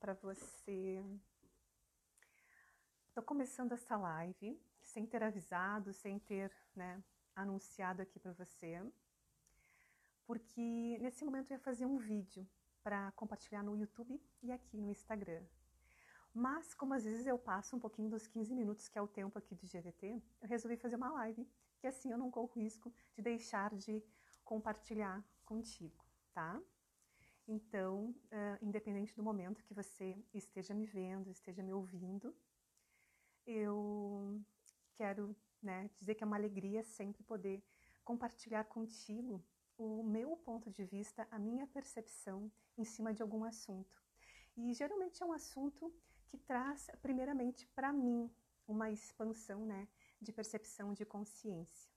para você. Estou começando essa live sem ter avisado, sem ter, anunciado aqui para você, porque nesse momento eu ia fazer um vídeo para compartilhar no YouTube e aqui no Instagram. Mas como às vezes eu passo um pouquinho dos 15 minutos, que é o tempo aqui do GVT, eu resolvi fazer uma live, que assim eu não corro risco de deixar de compartilhar contigo, tá? Então, independente do momento que você esteja me vendo, esteja me ouvindo, eu quero dizer que é uma alegria sempre poder compartilhar contigo o meu ponto de vista, a minha percepção em cima de algum assunto. E geralmente é um assunto que traz, primeiramente, para mim, uma expansão de percepção, de consciência.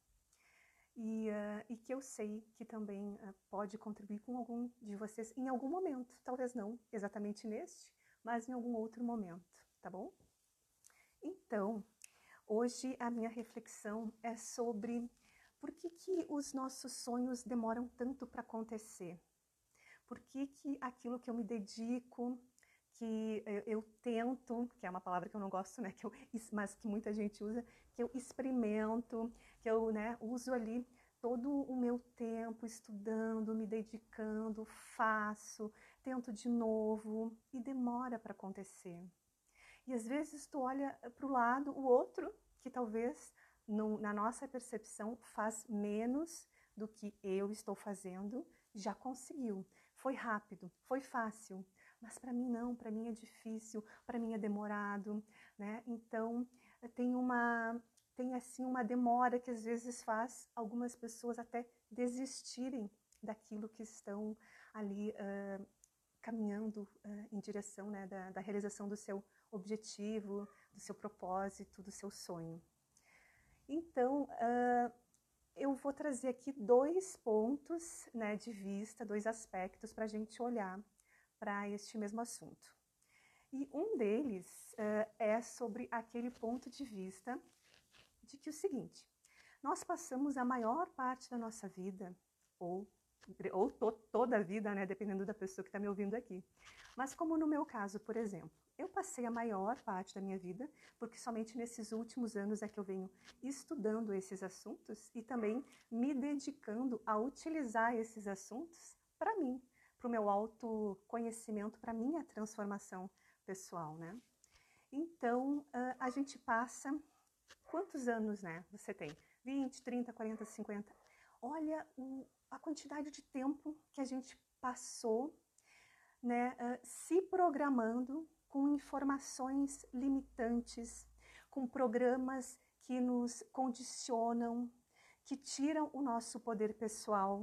E que eu sei que também pode contribuir com algum de vocês em algum momento, talvez não exatamente neste, mas em algum outro momento, tá bom? Então, hoje a minha reflexão é sobre por que os nossos sonhos demoram tanto para acontecer. Por que aquilo que eu me dedico, que eu tento, que é uma palavra que eu não gosto, mas que muita gente usa, que eu experimento, que eu uso ali todo o meu tempo estudando, me dedicando, faço, tento de novo e demora para acontecer. E às vezes tu olha para o lado, o outro, que talvez na nossa percepção faz menos do que eu estou fazendo, já conseguiu. Foi rápido, foi fácil, mas para mim não, para mim é difícil, para mim é demorado, né? Então tem assim uma demora que às vezes faz algumas pessoas até desistirem daquilo que estão ali caminhando em direção da realização do seu objetivo, do seu propósito, do seu sonho. Então, eu vou trazer aqui 2 pontos de vista, 2 aspectos para a gente olhar para este mesmo assunto. E um deles é sobre aquele ponto de vista de que o seguinte, nós passamos a maior parte da nossa vida, ou toda a vida, dependendo da pessoa que está me ouvindo aqui. Mas como no meu caso, por exemplo, eu passei a maior parte da minha vida, porque somente nesses últimos anos é que eu venho estudando esses assuntos e também me dedicando a utilizar esses assuntos para mim, para o meu autoconhecimento, para a minha transformação pessoal, Então, a gente passa... Quantos anos, você tem? 20, 30, 40, 50? Olha a quantidade de tempo que a gente passou se programando com informações limitantes, com programas que nos condicionam, que tiram o nosso poder pessoal.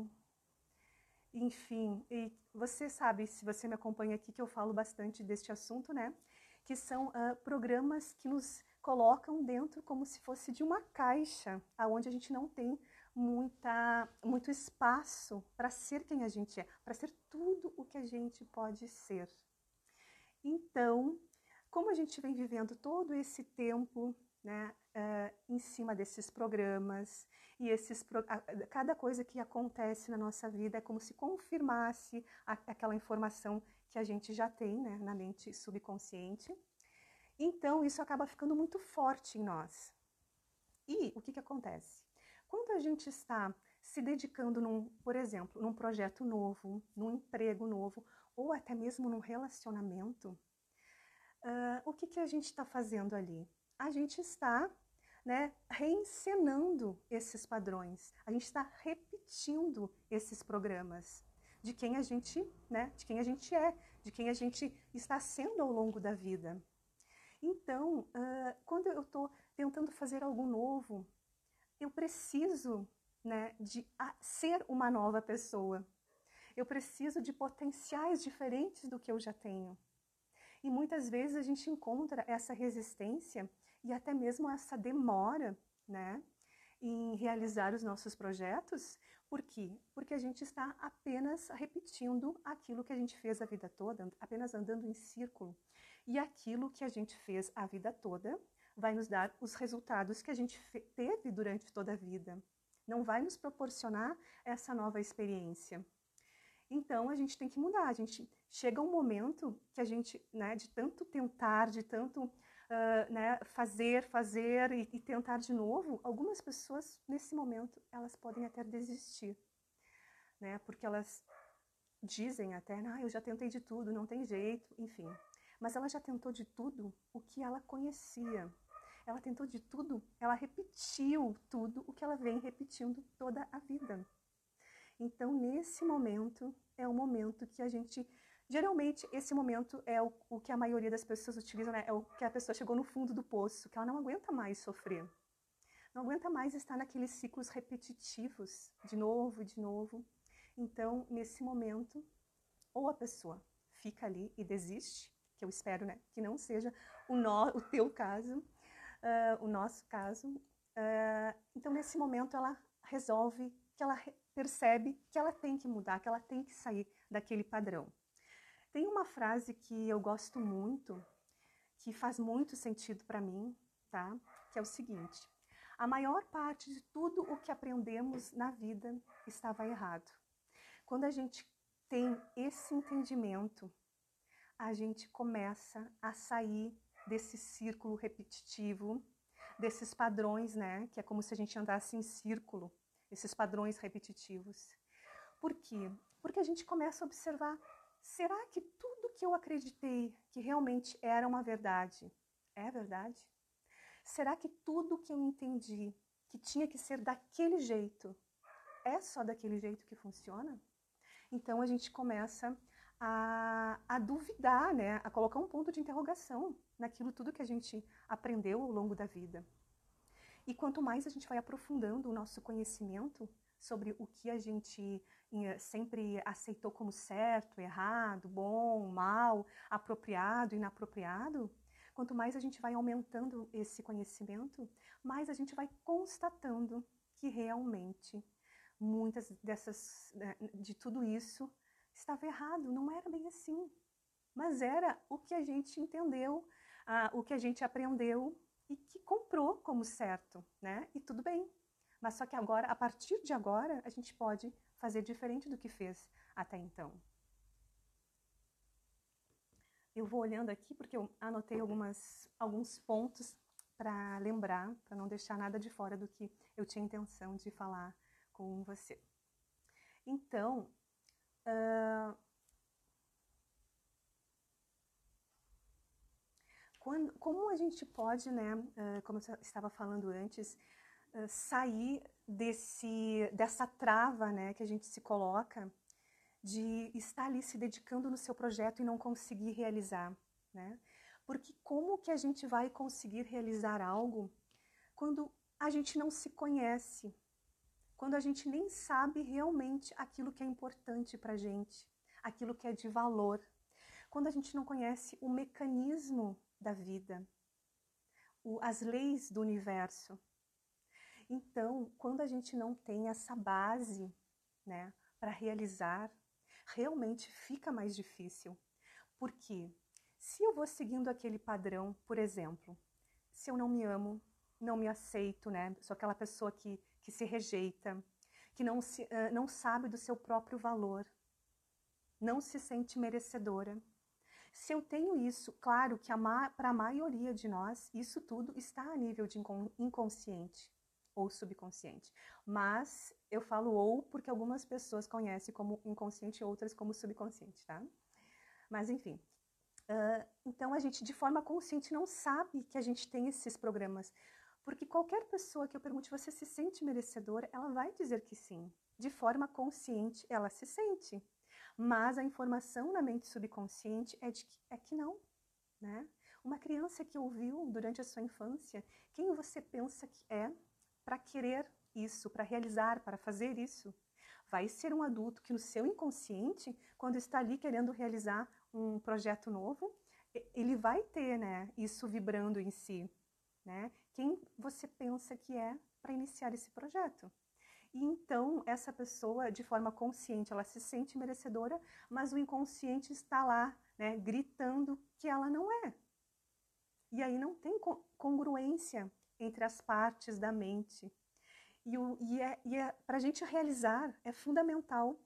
Enfim, e você sabe, se você me acompanha aqui, que eu falo bastante deste assunto, que são programas que nos colocam dentro como se fosse de uma caixa, onde a gente não tem muito espaço para ser quem a gente é, para ser tudo o que a gente pode ser. Então, como a gente vem vivendo todo esse tempo em cima desses programas, e cada coisa que acontece na nossa vida é como se confirmasse aquela informação que a gente já tem na mente subconsciente. Então, isso acaba ficando muito forte em nós. E o que acontece? Quando a gente está se dedicando, por exemplo, num projeto novo, num emprego novo, ou até mesmo num relacionamento, o que a gente está fazendo ali? A gente está reencenando esses padrões, a gente está repetindo esses programas de quem a gente, de quem a gente é, de quem a gente está sendo ao longo da vida. Então, quando eu estou tentando fazer algo novo, eu preciso de ser uma nova pessoa. Eu preciso de potenciais diferentes do que eu já tenho. E muitas vezes a gente encontra essa resistência e até mesmo essa demora em realizar os nossos projetos. Por quê? Porque a gente está apenas repetindo aquilo que a gente fez a vida toda, apenas andando em círculo. E aquilo que a gente fez a vida toda vai nos dar os resultados que a gente teve durante toda a vida. Não vai nos proporcionar essa nova experiência. Então, a gente tem que mudar. A gente chega um momento que a gente, né, de tanto tentar, de tanto né, fazer e tentar de novo, algumas pessoas, nesse momento, elas podem até desistir, né? Porque elas dizem até, eu já tentei de tudo, não tem jeito, enfim. Mas ela já tentou de tudo o que ela conhecia. Ela tentou de tudo, ela repetiu tudo o que ela vem repetindo toda a vida. Então, nesse momento, é o momento que a gente... Geralmente, esse momento é o que a maioria das pessoas utilizam, né? É o que a pessoa chegou no fundo do poço, que ela não aguenta mais sofrer. Não aguenta mais estar naqueles ciclos repetitivos, de novo e de novo. Então, nesse momento, ou a pessoa fica ali e desiste, que eu espero, né, que não seja o teu caso, o nosso caso. Então, nesse momento, ela resolve, que ela percebe que ela tem que mudar, que ela tem que sair daquele padrão. Tem uma frase que eu gosto muito, que faz muito sentido para mim, tá? Que é o seguinte: a maior parte de tudo o que aprendemos na vida estava errado. Quando a gente tem esse entendimento, a gente começa a sair desse círculo repetitivo, desses padrões, né? Que é como se a gente andasse em círculo, esses padrões repetitivos. Por quê? Porque a gente começa a observar, será que tudo que eu acreditei que realmente era uma verdade, é verdade? Será que tudo que eu entendi que tinha que ser daquele jeito, é só daquele jeito que funciona? Então a gente começa a duvidar, né? A colocar um ponto de interrogação naquilo tudo que a gente aprendeu ao longo da vida. E quanto mais a gente vai aprofundando o nosso conhecimento sobre o que a gente sempre aceitou como certo, errado, bom, mal, apropriado, inapropriado, quanto mais a gente vai aumentando esse conhecimento, mais a gente vai constatando que realmente muitas de tudo isso estava errado, não era bem assim. Mas era o que a gente entendeu, o que a gente aprendeu e que comprou como certo, né? E tudo bem. Mas só que agora, a partir de agora, a gente pode fazer diferente do que fez até então. Eu vou olhando aqui porque eu anotei alguns pontos para lembrar, para não deixar nada de fora do que eu tinha intenção de falar com você. Então, como a gente pode, né, como eu estava falando antes, sair dessa trava, né, que a gente se coloca de estar ali se dedicando no seu projeto e não conseguir realizar, né? Porque como que a gente vai conseguir realizar algo quando a gente não se conhece, quando a gente nem sabe realmente aquilo que é importante para a gente, aquilo que é de valor, quando a gente não conhece o mecanismo da vida, as leis do universo. Então, quando a gente não tem essa base, né, para realizar, realmente fica mais difícil. Porque se eu vou seguindo aquele padrão, por exemplo, se eu não me amo, não me aceito, né, sou aquela pessoa que se rejeita, que não sabe do seu próprio valor, não se sente merecedora. Se eu tenho isso, claro que para a maioria de nós, isso tudo está a nível de inconsciente ou subconsciente. Mas eu falo ou porque algumas pessoas conhecem como inconsciente e outras como subconsciente, tá? Mas enfim. Então a gente de forma consciente não sabe que a gente tem esses programas. Porque qualquer pessoa que eu pergunte, você se sente merecedora? Ela vai dizer que sim. De forma consciente, ela se sente. Mas a informação na mente subconsciente é que não, né? Uma criança que ouviu durante a sua infância, quem você pensa que é para querer isso, para realizar, para fazer isso? Vai ser um adulto que no seu inconsciente, quando está ali querendo realizar um projeto novo, ele vai ter, né, isso vibrando em si, né? Quem você pensa que é para iniciar esse projeto? E então, essa pessoa, de forma consciente, ela se sente merecedora, mas o inconsciente está lá, né, gritando que ela não é. E aí não tem congruência entre as partes da mente. Para a gente realizar, é fundamental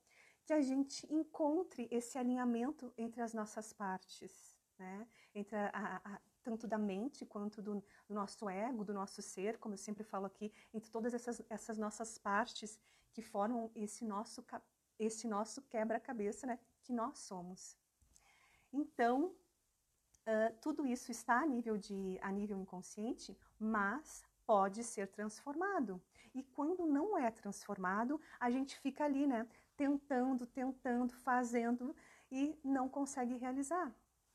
que a gente encontre esse alinhamento entre as nossas partes, né? Entre tanto da mente quanto do nosso ego, do nosso ser, como eu sempre falo aqui, entre todas essas nossas partes que formam esse nosso quebra-cabeça, né? Que nós somos. Então, tudo isso está a nível inconsciente, mas pode ser transformado. E quando não é transformado, a gente fica ali, né? Tentando, fazendo e não consegue realizar.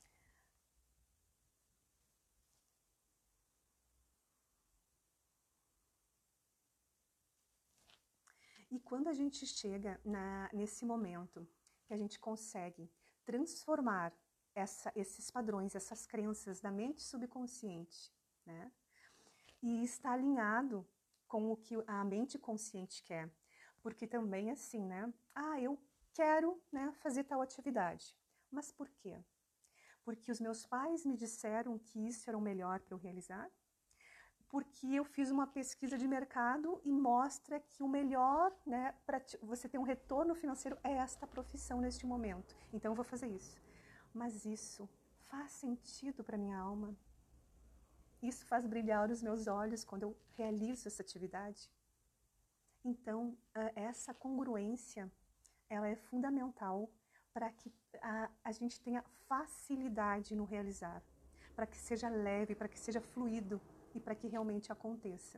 E quando a gente chega nesse momento que a gente consegue transformar esses padrões, essas crenças da mente subconsciente, né? E está alinhado com o que a mente consciente quer. Porque também assim, né? Eu quero, né, fazer tal atividade. Mas por quê? Porque os meus pais me disseram que isso era o melhor para eu realizar? Porque eu fiz uma pesquisa de mercado e mostra que o melhor, né, para você ter um retorno financeiro é esta profissão neste momento. Então eu vou fazer isso. Mas isso faz sentido para minha alma? Isso faz brilhar os meus olhos quando eu realizo essa atividade? Então, essa congruência, ela é fundamental para que a gente tenha facilidade no realizar, para que seja leve, para que seja fluido e para que realmente aconteça.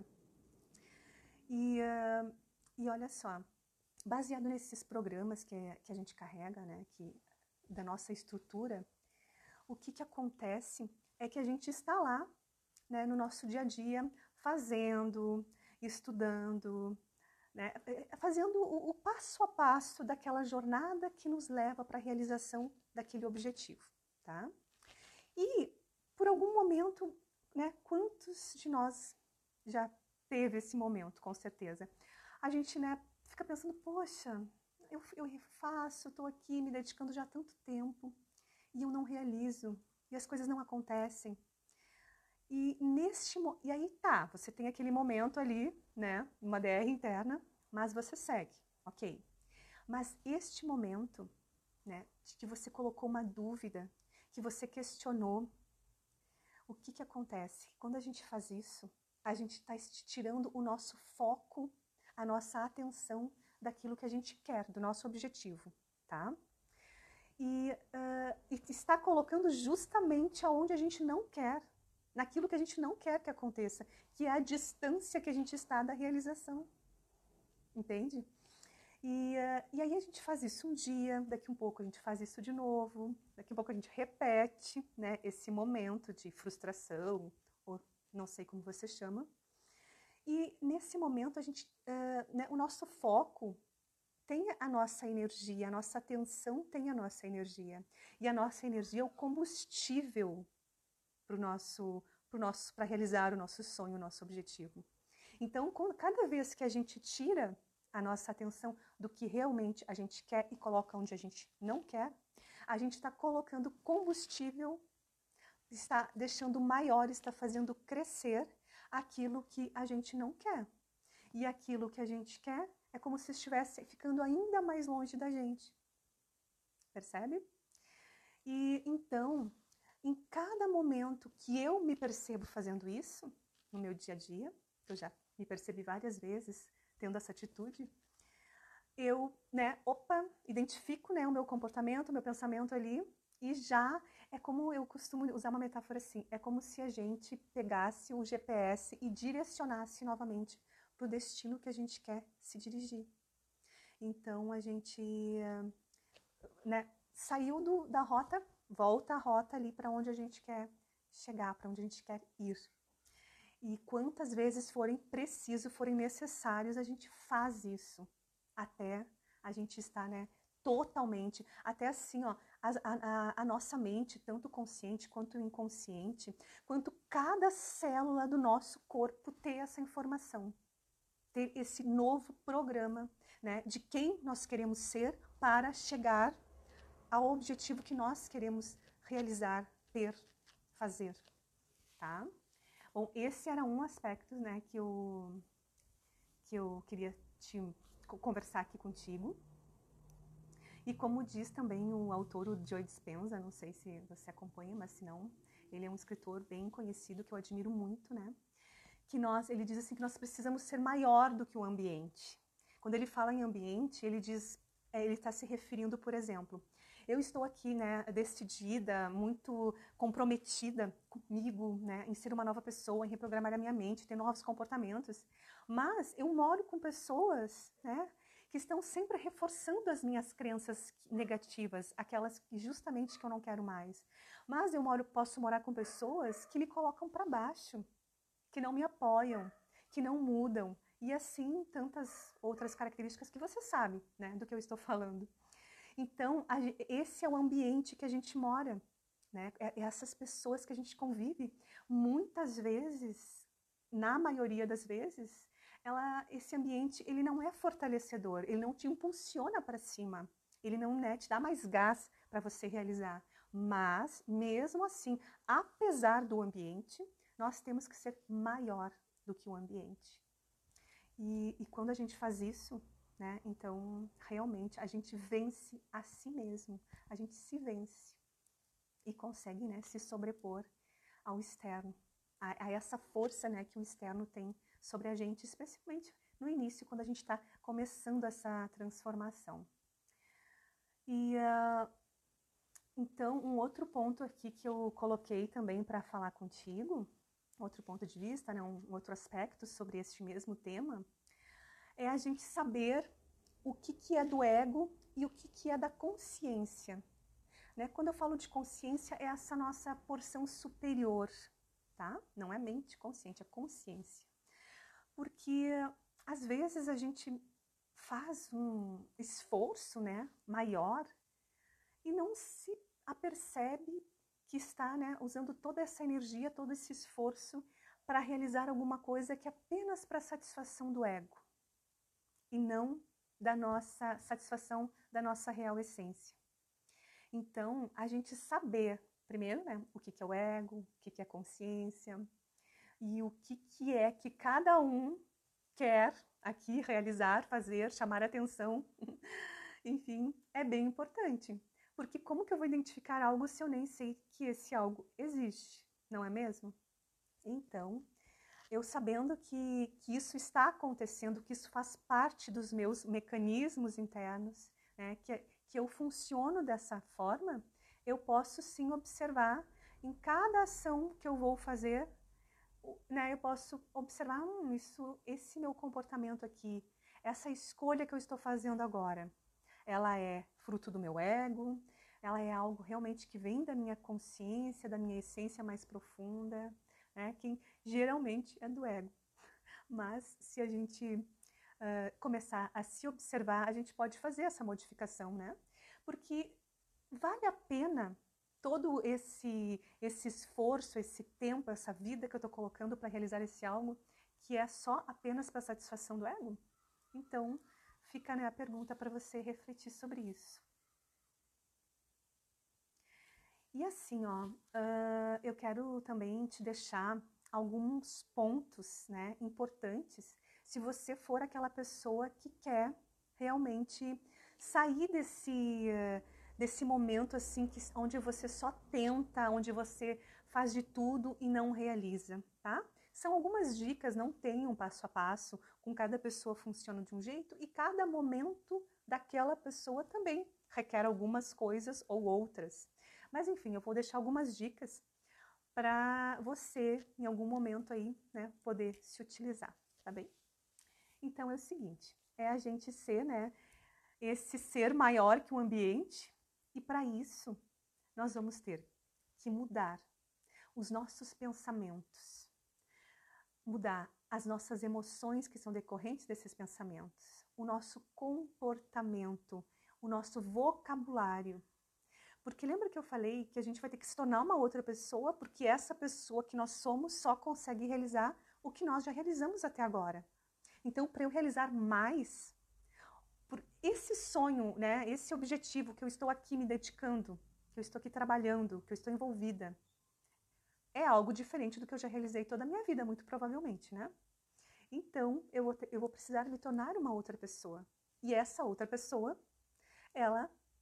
E olha só, baseado nesses programas que a gente carrega, né, da nossa estrutura, o que acontece é que a gente está lá, né, no nosso dia a dia, fazendo, estudando, né, fazendo o passo a passo daquela jornada que nos leva para a realização daquele objetivo, tá? E, por algum momento, né, quantos de nós já teve esse momento, com certeza? A gente, né, fica pensando, poxa, eu faço, estou aqui me dedicando já há tanto tempo e eu não realizo, e as coisas não acontecem. E aí tá, você tem aquele momento ali, né, uma DR interna, mas você segue, ok. Mas este momento, né, de que você colocou uma dúvida, que você questionou, o que acontece? Quando a gente faz isso, a gente está tirando o nosso foco, a nossa atenção daquilo que a gente quer, do nosso objetivo, tá? E está colocando justamente aonde a gente não quer, naquilo que a gente não quer que aconteça, que é a distância que a gente está da realização, entende? E aí a gente faz isso um dia, daqui um pouco a gente faz isso de novo, daqui um pouco a gente repete, né, esse momento de frustração, ou não sei como você chama. E nesse momento a gente, né, o nosso foco tem a nossa energia, a nossa atenção tem a nossa energia. E a nossa energia é o combustível para realizar o nosso sonho, o nosso objetivo. Então, cada vez que a gente tira a nossa atenção do que realmente a gente quer e coloca onde a gente não quer, a gente está colocando combustível, está deixando maior, está fazendo crescer aquilo que a gente não quer. E aquilo que a gente quer é como se estivesse ficando ainda mais longe da gente. Percebe? E então, em cada momento que eu me percebo fazendo isso, no meu dia a dia, eu já me percebi várias vezes tendo essa atitude, eu, né, identifico, né, o meu comportamento, o meu pensamento ali, e já é como eu costumo usar uma metáfora assim, é como se a gente pegasse o GPS e direcionasse novamente para o destino que a gente quer se dirigir. Então, a gente, né, saiu da rota, volta a rota ali para onde a gente quer chegar, para onde a gente quer ir. E quantas vezes forem preciso, forem necessários, a gente faz isso, até a gente estar, né, totalmente, até assim, ó, a nossa mente, tanto consciente quanto inconsciente, quanto cada célula do nosso corpo ter essa informação, ter esse novo programa, né, de quem nós queremos ser para chegar ao objetivo que nós queremos realizar, ter, fazer, tá? Bom, esse era um aspecto, né, que eu queria conversar aqui contigo. E como diz também o autor, o Joe Dispenza, não sei se você acompanha, mas se não, ele é um escritor bem conhecido que eu admiro muito, né? Ele diz assim que nós precisamos ser maior do que o ambiente. Quando ele fala em ambiente, ele diz, ele está se referindo, por exemplo, eu estou aqui, né, decidida, muito comprometida comigo, né, em ser uma nova pessoa, em reprogramar a minha mente, ter novos comportamentos, mas eu moro com pessoas, né, que estão sempre reforçando as minhas crenças negativas, aquelas que justamente que eu não quero mais. Mas posso morar com pessoas que me colocam para baixo, que não me apoiam, que não mudam, e assim tantas outras características que você sabe, né, do que eu estou falando. Então, esse é o ambiente que a gente mora, né? Essas pessoas que a gente convive, muitas vezes, na maioria das vezes, esse ambiente ele não é fortalecedor, ele não te impulsiona para cima, ele não, né, te dá mais gás para você realizar. Mas, mesmo assim, apesar do ambiente, nós temos que ser maior do que o ambiente. E quando a gente faz isso, né, então realmente a gente vence a si mesmo, a gente se vence e consegue, né, se sobrepor ao externo, a essa força, né, que o externo tem sobre a gente, especialmente no início, quando a gente está começando essa transformação. E então, um outro ponto aqui que eu coloquei também para falar contigo, outro ponto de vista, né, um outro aspecto sobre este mesmo tema, é a gente saber o que é do ego e o que é da consciência. Né? Quando eu falo de consciência, é essa nossa porção superior, tá? Não é mente consciente, é consciência. Porque, às vezes, a gente faz um esforço, né, maior e não se apercebe que está, né, usando toda essa energia, todo esse esforço para realizar alguma coisa que é apenas para satisfação do ego e não da nossa satisfação, da nossa real essência. Então, a gente saber, primeiro, né, o que é o ego, o que é consciência e o que é que cada um quer aqui realizar, fazer, chamar atenção, enfim, é bem importante. Porque como que eu vou identificar algo se eu nem sei que esse algo existe, não é mesmo? Então, eu sabendo que isso está acontecendo, que isso faz parte dos meus mecanismos internos, né, que eu funciono dessa forma, eu posso sim observar em cada ação que eu vou fazer, né, eu posso observar, esse meu comportamento aqui, essa escolha que eu estou fazendo agora, ela é fruto do meu ego, ela é algo realmente que vem da minha consciência, da minha essência mais profunda, né, que geralmente é do ego. Mas se a gente começar a se observar, a gente pode fazer essa modificação, né? Porque vale a pena todo esse esforço, esse tempo, essa vida que eu estou colocando para realizar esse algo que é só apenas para satisfação do ego? Então, fica, né, a pergunta para você refletir sobre isso. E assim, ó, eu quero também te deixar alguns pontos, né, importantes, se você for aquela pessoa que quer realmente sair desse momento assim, onde você só tenta, onde você faz de tudo e não realiza, tá? São algumas dicas, não tem um passo a passo, com cada pessoa funciona de um jeito e cada momento daquela pessoa também requer algumas coisas ou outras. Mas enfim, eu vou deixar algumas dicas para você, em algum momento aí, né, poder se utilizar, tá bem? Então é o seguinte, é a gente ser, né, esse ser maior que o ambiente, e para isso nós vamos ter que mudar os nossos pensamentos, mudar as nossas emoções que são decorrentes desses pensamentos, o nosso comportamento, o nosso vocabulário. Porque lembra que eu falei que a gente vai ter que se tornar uma outra pessoa, porque essa pessoa que nós somos só consegue realizar o que nós já realizamos até agora. Então, para eu realizar mais, por esse sonho, né, esse objetivo que eu estou aqui me dedicando, que eu estou aqui trabalhando, que eu estou envolvida, é algo diferente do que eu já realizei toda a minha vida, muito provavelmente, né? Então, eu vou precisar me tornar uma outra pessoa. E essa outra pessoa, ela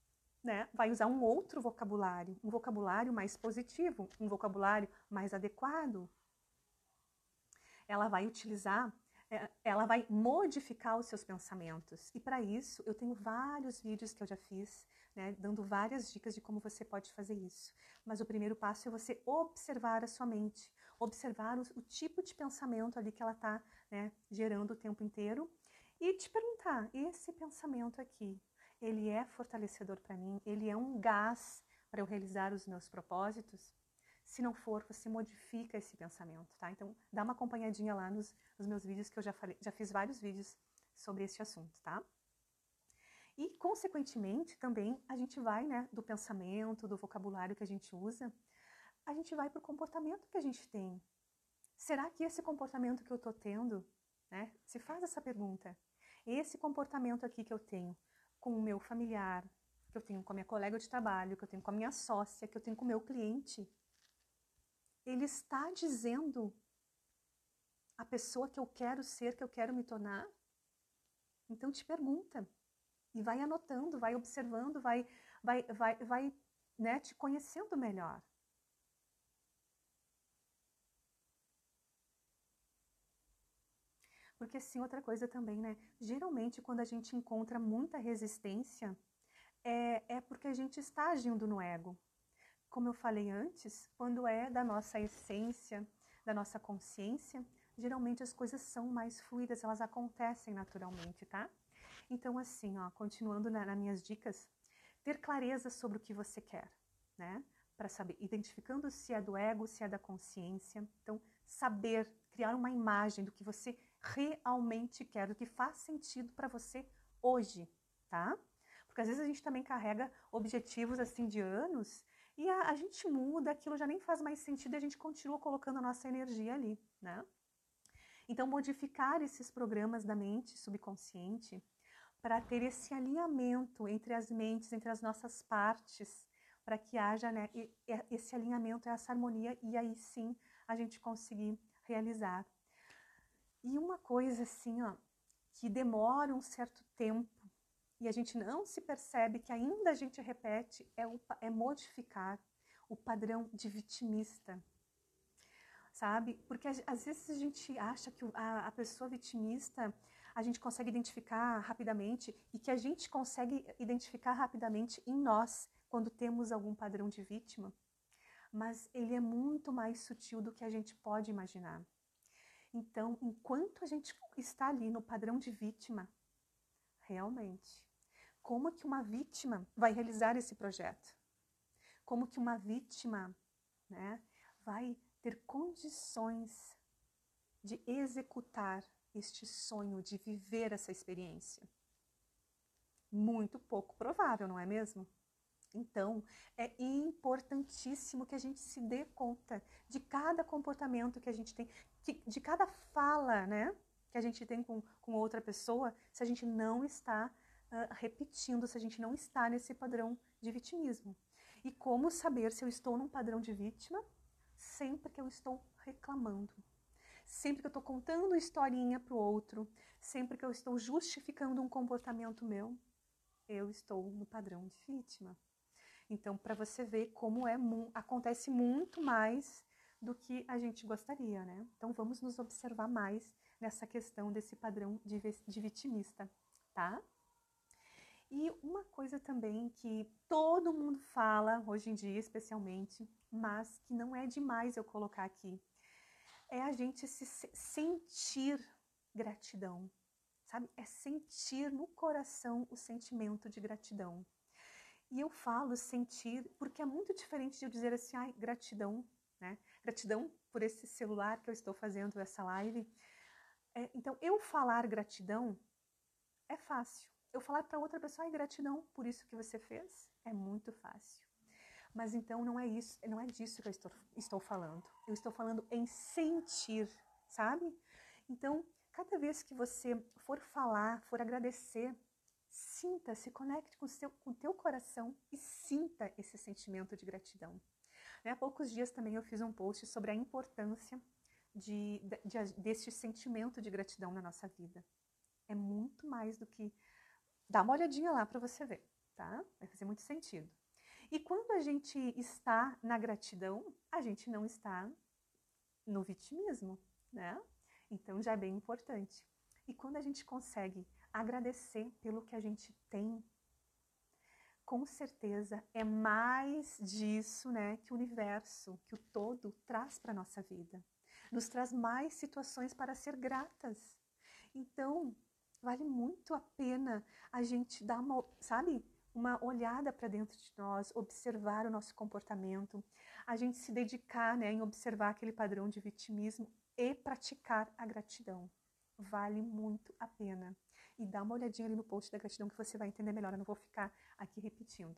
né, vai usar um outro vocabulário, um vocabulário mais positivo, um vocabulário mais adequado. Ela vai utilizar, ela vai modificar os seus pensamentos. E para isso, eu tenho vários vídeos que eu já fiz, né, dando várias dicas de como você pode fazer isso. Mas o primeiro passo é você observar a sua mente, observar o tipo de pensamento ali que ela está, né, gerando o tempo inteiro e te perguntar, esse pensamento aqui, ele é fortalecedor para mim? Ele é um gás para eu realizar os meus propósitos? Se não for, você modifica esse pensamento, tá? Então, dá uma acompanhadinha lá nos meus vídeos, que eu já fiz vários vídeos sobre esse assunto, tá? E, consequentemente, também a gente vai, né, do pensamento, do vocabulário que a gente usa, a gente vai para o comportamento que a gente tem. Será que esse comportamento que eu tô tendo, né, se faz essa pergunta, esse comportamento aqui que eu tenho com o meu familiar, que eu tenho com a minha colega de trabalho, que eu tenho com a minha sócia, que eu tenho com o meu cliente, ele está dizendo a pessoa que eu quero ser, que eu quero me tornar? Então te pergunta e vai anotando, vai observando, vai, né, te conhecendo melhor. Porque assim, outra coisa também, né? Geralmente quando a gente encontra muita resistência, é porque a gente está agindo no ego. Como eu falei antes, quando é da nossa essência, da nossa consciência, geralmente as coisas são mais fluidas, elas acontecem naturalmente, tá? Então, assim, ó, continuando nas minhas dicas, ter clareza sobre o que você quer, né? Para saber, identificando se é do ego, se é da consciência. Então, saber, criar uma imagem do que você realmente quer, do que faz sentido para você hoje, tá? Porque às vezes a gente também carrega objetivos assim de anos e a gente muda, aquilo já nem faz mais sentido e a gente continua colocando a nossa energia ali, né? Então, modificar esses programas da mente subconsciente para ter esse alinhamento entre as mentes, entre as nossas partes, para que haja, né, esse alinhamento, essa harmonia, e aí sim a gente conseguir realizar. E uma coisa assim, ó, que demora um certo tempo e a gente não se percebe, que ainda a gente repete, é modificar o padrão de vitimista, sabe? Porque às vezes a gente acha que a pessoa vitimista a gente consegue identificar rapidamente e que a gente consegue identificar rapidamente em nós quando temos algum padrão de vítima, mas ele é muito mais sutil do que a gente pode imaginar. Então, enquanto a gente está ali no padrão de vítima, realmente, como que uma vítima vai realizar esse projeto? Como que uma vítima, né, vai ter condições de executar este sonho, de viver essa experiência? Muito pouco provável, não é mesmo? Então, é importantíssimo que a gente se dê conta de cada comportamento que a gente tem, de cada fala, né, que a gente tem com outra pessoa, se a gente não está repetindo, se a gente não está nesse padrão de vitimismo. E como saber se eu estou num padrão de vítima? Sempre que eu estou reclamando. Sempre que eu estou contando historinha para o outro, sempre que eu estou justificando um comportamento meu, eu estou no padrão de vítima. Então, para você ver como acontece muito mais do que a gente gostaria, né? Então, vamos nos observar mais nessa questão desse padrão de vitimista, tá? E uma coisa também que todo mundo fala, hoje em dia especialmente, mas que não é demais eu colocar aqui, é a gente se sentir gratidão, sabe? É sentir no coração o sentimento de gratidão. E eu falo sentir porque é muito diferente de eu dizer assim, ai, gratidão, né? Gratidão por esse celular que eu estou fazendo essa live. Então, eu falar gratidão é fácil. Eu falar para outra pessoa, ai, gratidão por isso que você fez, é muito fácil. Mas então não é isso, não é disso que eu estou falando. Eu estou falando em sentir, sabe? Então, cada vez que você for falar, for agradecer, sinta, se conecte com o teu coração e sinta esse sentimento de gratidão. Há poucos dias também eu fiz um post sobre a importância deste sentimento de gratidão na nossa vida. É muito mais do que... Dá uma olhadinha lá para você ver. tá? Vai fazer muito sentido. E quando a gente está na gratidão, a gente não está no vitimismo, né? Então já é bem importante. E quando a gente consegue agradecer pelo que a gente tem, com certeza é mais disso, né, que o universo, que o todo traz para a nossa vida. Nos traz mais situações para ser gratas. Então, vale muito a pena a gente dar uma, sabe, uma olhada para dentro de nós, observar o nosso comportamento, a gente se dedicar, né, em observar aquele padrão de vitimismo e praticar a gratidão. Vale muito a pena. E dá uma olhadinha ali no post da gratidão que você vai entender melhor, eu não vou ficar aqui repetindo.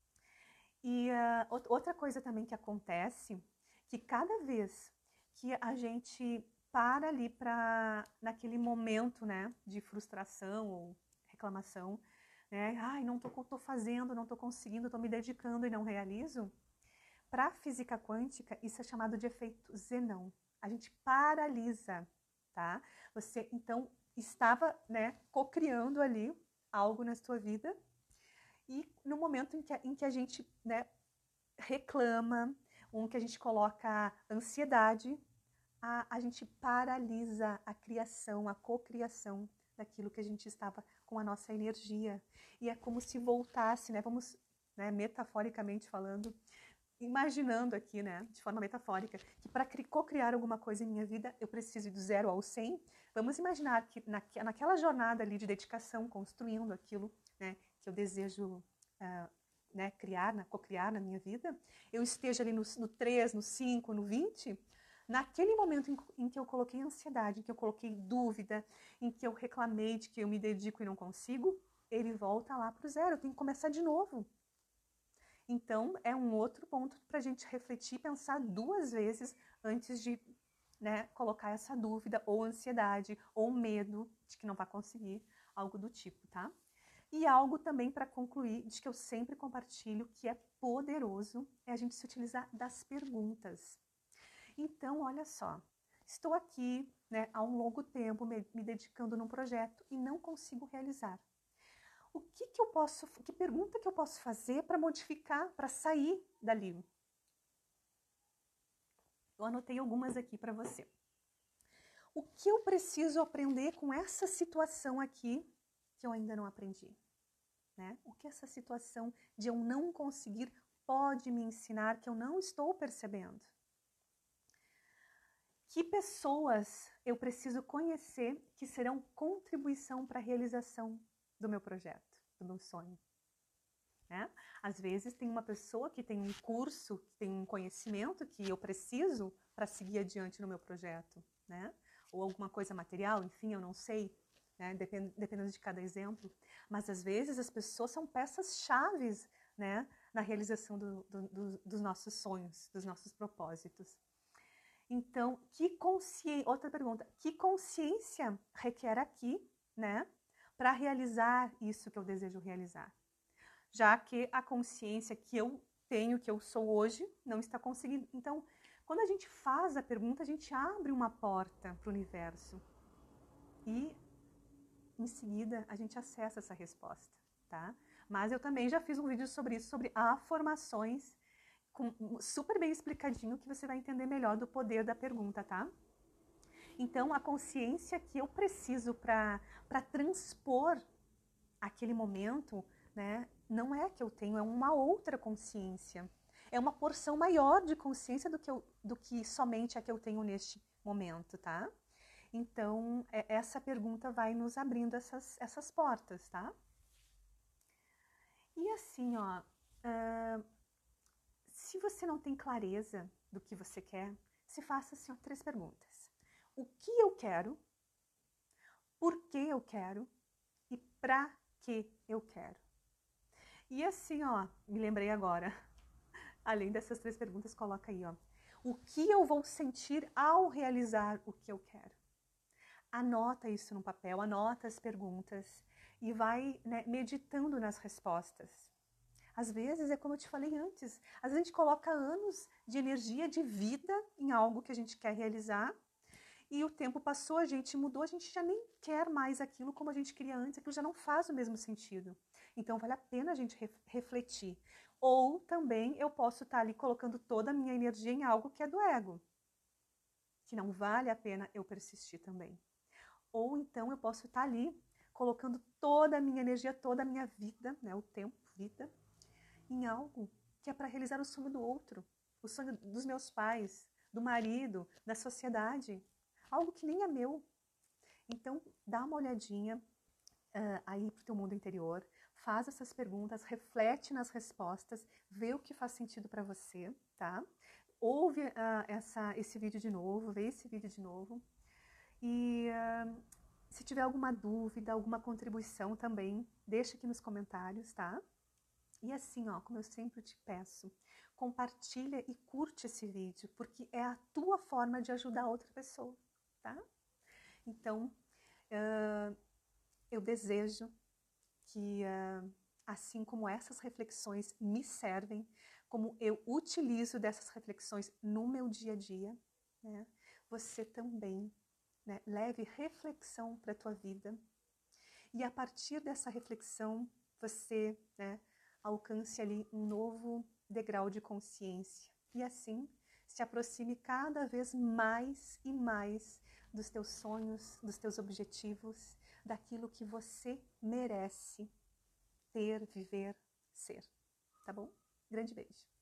E outra coisa também que acontece, que cada vez que a gente para ali naquele momento, né, de frustração ou reclamação, né, ai, não tô fazendo, não tô conseguindo, tô me dedicando e não realizo, para a física quântica, isso é chamado de efeito Zenão. A gente paralisa, tá? Você, então, estava, né, cocriando ali algo na sua vida e no momento em que a gente, né, reclama, que a gente coloca ansiedade, a gente paralisa a criação, a cocriação daquilo que a gente estava com a nossa energia. E é como se voltasse, né, vamos, né, metaforicamente falando, imaginando aqui, né, de forma metafórica, que para cocriar alguma coisa em minha vida, eu preciso ir do 0 ao 100. Vamos imaginar que naquela jornada ali de dedicação, construindo aquilo, né, que eu desejo né, cocriar na minha vida, eu esteja ali no 3, no 5, no 20, naquele momento em que eu coloquei ansiedade, em que eu coloquei dúvida, em que eu reclamei de que eu me dedico e não consigo, ele volta lá para o 0, eu tenho que começar de novo. Então, é um outro ponto para a gente refletir e pensar 2 vezes antes de, né, colocar essa dúvida, ou ansiedade, ou medo de que não vai conseguir, algo do tipo, tá? E algo também para concluir, de que eu sempre compartilho, que é poderoso, é a gente se utilizar das perguntas. Então, olha só, estou aqui, né, há um longo tempo me dedicando num projeto e não consigo realizar. Que pergunta que eu posso fazer para modificar, para sair dali? Eu anotei algumas aqui para você. O que eu preciso aprender com essa situação aqui que eu ainda não aprendi? Né? O que essa situação de eu não conseguir pode me ensinar que eu não estou percebendo? Que pessoas eu preciso conhecer que serão contribuição para a realização do meu projeto, do meu sonho? Né? Às vezes tem uma pessoa que tem um curso, que tem um conhecimento que eu preciso para seguir adiante no meu projeto, né? Ou alguma coisa material, enfim, eu não sei, né? Dependendo de cada exemplo. Mas às vezes as pessoas são peças-chaves, né, na realização dos nossos sonhos, dos nossos propósitos. Então, outra pergunta, que consciência requer aqui, né, para realizar isso que eu desejo realizar? Já que a consciência que eu tenho, que eu sou hoje, não está conseguindo. Então, quando a gente faz a pergunta, a gente abre uma porta para o universo. E, em seguida, a gente acessa essa resposta, tá? Mas eu também já fiz um vídeo sobre isso, sobre afirmações, super bem explicadinho, que você vai entender melhor do poder da pergunta, tá? Então, a consciência que eu preciso para transpor aquele momento, né, não é a que eu tenho, é uma outra consciência. É uma porção maior de consciência do que somente a que eu tenho neste momento, tá? Então, essa pergunta vai nos abrindo essas portas, tá? E assim, ó, se você não tem clareza do que você quer, se faça assim, ó, 3 perguntas. O que eu quero? Por que eu quero? E pra que eu quero? E assim, ó, me lembrei agora, além dessas 3 perguntas, coloca aí, ó, o que eu vou sentir ao realizar o que eu quero? Anota isso no papel, anota as perguntas e vai, né, meditando nas respostas. Às vezes, é como eu te falei antes, às vezes a gente coloca anos de energia, de vida em algo que a gente quer realizar, e o tempo passou, a gente mudou, a gente já nem quer mais aquilo como a gente queria antes, aquilo já não faz o mesmo sentido. Então vale a pena a gente refletir. Ou também eu posso estar ali colocando toda a minha energia em algo que é do ego, que não vale a pena eu persistir também. Ou então eu posso estar ali colocando toda a minha energia, toda a minha vida, né, o tempo, vida, em algo que é para realizar o sonho do outro, o sonho dos meus pais, do marido, da sociedade, algo que nem é meu. Então, dá uma olhadinha aí para o teu mundo interior, faz essas perguntas, reflete nas respostas, vê o que faz sentido para você, tá? Ouve esse vídeo de novo, vê esse vídeo de novo. E se tiver alguma dúvida, alguma contribuição também, deixa aqui nos comentários, tá? E assim, ó, como eu sempre te peço, compartilha e curte esse vídeo, porque é a tua forma de ajudar outra pessoa, tá? Então, eu desejo que, assim como essas reflexões me servem, como eu utilizo dessas reflexões no meu dia a dia, né, você também, né, leve reflexão para a tua vida. E a partir dessa reflexão, você, né, alcance ali um novo degrau de consciência. E assim, se aproxime cada vez mais e mais dos teus sonhos, dos teus objetivos, daquilo que você merece ter, viver, ser. Tá bom? Grande beijo.